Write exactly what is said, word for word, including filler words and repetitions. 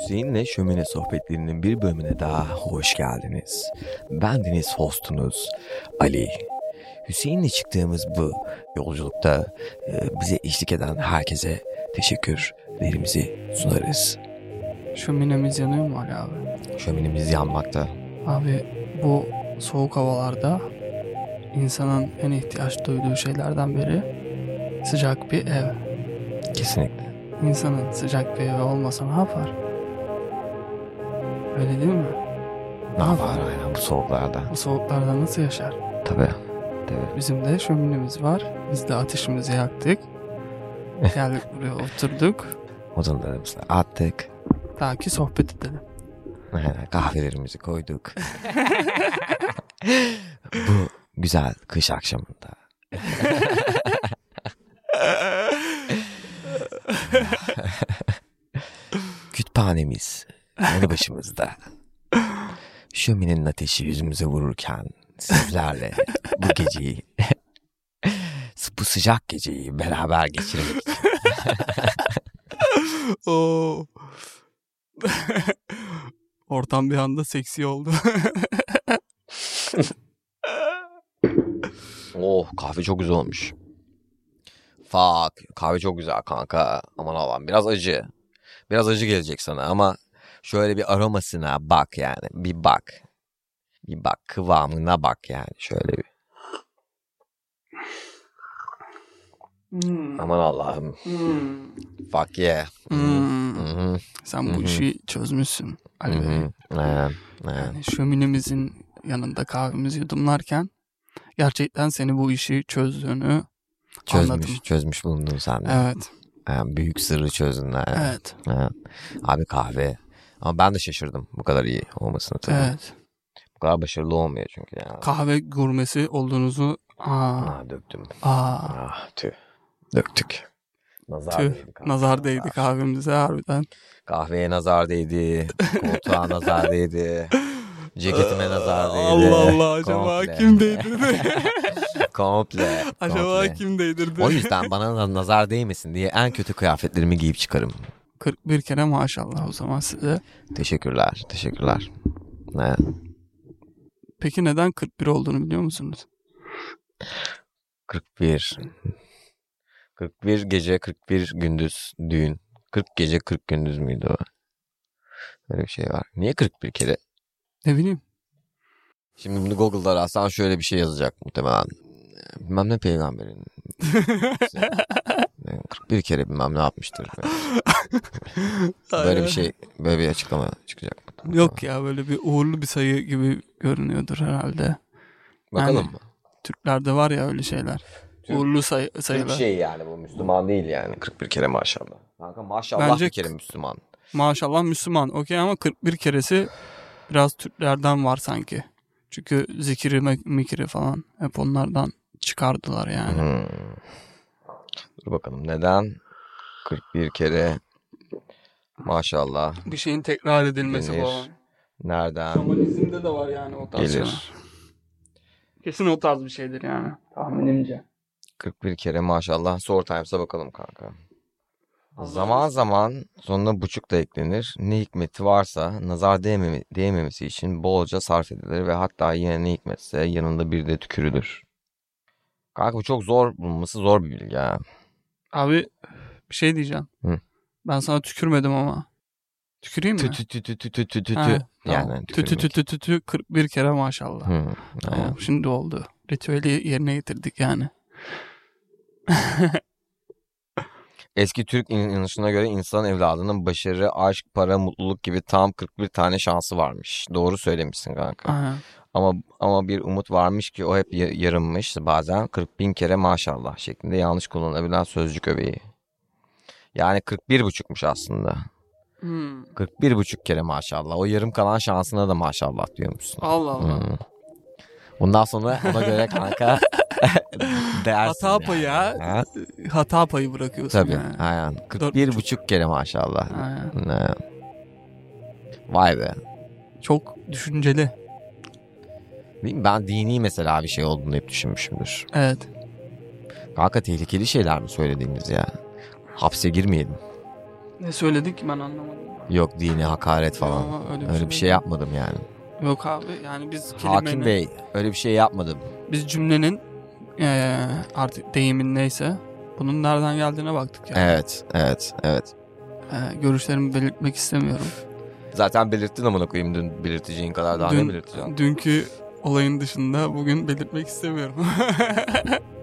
Hüseyin'le Şömine Sohbetlerinin bir bölümüne daha hoş geldiniz. Ben Deniz hostunuz Ali. Hüseyin'le çıktığımız bu yolculukta e, bize eşlik eden herkese teşekkürlerimizi sunarız. Şöminemiz yanıyor mu Ali abi? Şöminemiz yanmakta. Abi bu soğuk havalarda insanın en ihtiyaç duyduğu şeylerden biri sıcak bir ev. Kesinlikle. İnsanın sıcak bir evi olmasa ne yapar? Öyle değil mi? Ne yapar aynen bu soğuklarda? Bu soğuklarda nasıl yaşar? Tabii. Tabii. Bizim de şöminemiz var. Biz de ateşimizi yaktık. Geldik buraya oturduk. Odunlarımızı attık. Ta ki sohbet edelim. Aynen, kahvelerimizi koyduk. Bu güzel kış akşamında. Kütüphanemiz yanı başımızda. Şöminenin ateşi yüzümüze vururken sizlerle bu geceyi, bu sıcak geceyi beraber geçirmek için. Oo. Ortam bir anda seksi oldu. Oh, kahve çok güzel olmuş. Fuck, kahve çok güzel kanka. Aman Allah'ım, biraz acı. Biraz acı gelecek sana ama şöyle bir aromasına bak yani. Bir bak. Bir bak, kıvamına bak yani. Şöyle bir. Hmm. Aman Allah'ım. Hmm. Fuck yeah. Hmm. Hı-hı. Sen bu Hı-hı. işi çözmüşsün Ali Bey. Hı-hı. Evet, evet. Yani şöminemizin yanında kahvemizi yudumlarken gerçekten seni bu işi çözdüğünü Çözmüş, anladım. çözmüş bulundun sen de. Evet. Yani büyük sırrı çözdün. Yani. Evet. Evet. Abi kahve. Ama ben de şaşırdım bu kadar iyi olmasına tabii. Evet. Bu kadar başarılı olmuyor çünkü yani. Kahve gurmesi olduğunuzu aa, Aa, döktüm. aa, Ah tüh. Döktük. Nazar tüh, değdi kahve. nazar değdi kahvemize harbiden. Kahveye nazar değdi. Koltuğa nazar değdi. Ceketime nazar değdi. Allah Allah, acaba Komple. kim değdirdi? Komple. Acaba komple. kim değdirdi? O yüzden bana da nazar değmesin diye en kötü kıyafetlerimi giyip çıkarım. kırk bir kere maşallah o zaman size. Teşekkürler. Teşekkürler. Ne? Peki neden kırk bir olduğunu biliyor musunuz? kırk bir. kırk bir gece kırk bir gündüz düğün. kırk gece kırk gündüz müydü o? Böyle bir şey var. Niye kırk bir kere? Ne bileyim. Şimdi bunu Google'da ararsan şöyle bir şey yazacak muhtemelen. Bilmem ne peygamberin. kırk bir kere bilmem ne yapmıştır. Böyle bir şey, böyle bir açıklama çıkacak. Yok ya, böyle bir uğurlu bir sayı gibi görünüyordur herhalde. Bakalım Yani, mı? Türklerde var ya öyle şeyler. Türk, uğurlu say- sayılar. Türk şey yani, bu Müslüman değil yani. kırk bir kere maşallah. Kanka maşallah Bence bir kere Müslüman. Maşallah Müslüman. Okey, ama kırk bir keresi biraz Türklerden var sanki. Çünkü zikiri mikiri falan hep onlardan çıkardılar yani. Hmm. Dur bakalım neden kırk bir kere maşallah Bir şeyin tekrar edilmesi denir. falan. Nereden Şamanizmde de var yani o tarz gelir? şeyler. Kesin o tarz bir şeydir yani tahminimce. kırk bir kere maşallah. Sour Times'a bakalım kanka. Zaman zaman sonuna buçuk da eklenir. Ne hikmeti varsa nazar değmemi, değmemesi için bolca sarf edilir ve hatta yine ne hikmetse yanında bir de tükürülür. Kanka bu çok zor bulunması zor bir bilgi ya. Abi bir şey diyeceğim. Hı. Ben sana tükürmedim ama. Tüküreyim mi? Tü tü tü tü tü tü tü tü. Ha, tamam. Yani Tü tü tü tü tü tü kırk bir kere maşallah. Hı, Tamam, aynen. şimdi oldu. Ritüeli yerine getirdik yani. Eski Türk inanışına göre insan evladının başarı, aşk, para, mutluluk gibi tam kırk bir tane şansı varmış. Doğru söylemişsin kanka. Aynen. Ama ama bir umut varmış ki o hep yarınmış. Bazen kırk bin kere maşallah şeklinde yanlış kullanılabilen sözcük öbeği. Yani kırk bir buçukmuş aslında. Hmm. kırk bir buçuk kere maşallah. O yarım kalan şansına da maşallah diyormuşsun. Allah Allah. Hmm. Bundan sonra ona göre kanka dersin. Hata payı yani. ya. Ha? Hata payı bırakıyorsun Tabii. yani. Aynen. kırk bir buçuk kere maşallah. Aynen. Ne? Vay be. Çok düşünceli. Değil mi? Ben dini mesela bir şey olduğunu hep düşünmüşümdür. Evet. Kanka tehlikeli şeyler mi söylediğimiz ya? Hapse girmeyelim. Ne söyledik ki ben anlamadım. Yok dini hakaret falan. Yo, öyle bir öyle şey bir şey yok. yapmadım yani. Yok abi yani biz kelimenin, Hakim Bey öyle bir şey yapmadım. biz cümlenin eee, artık deyimin neyse bunun nereden geldiğine baktık yani. Evet, evet, evet. Eee, görüşlerimi belirtmek istemiyorum. Zaten belirttin amına koyayım dün belirteceğin kadar daha Dün- ne belirteceksin? Dünkü olayın dışında bugün belirtmek istemiyorum.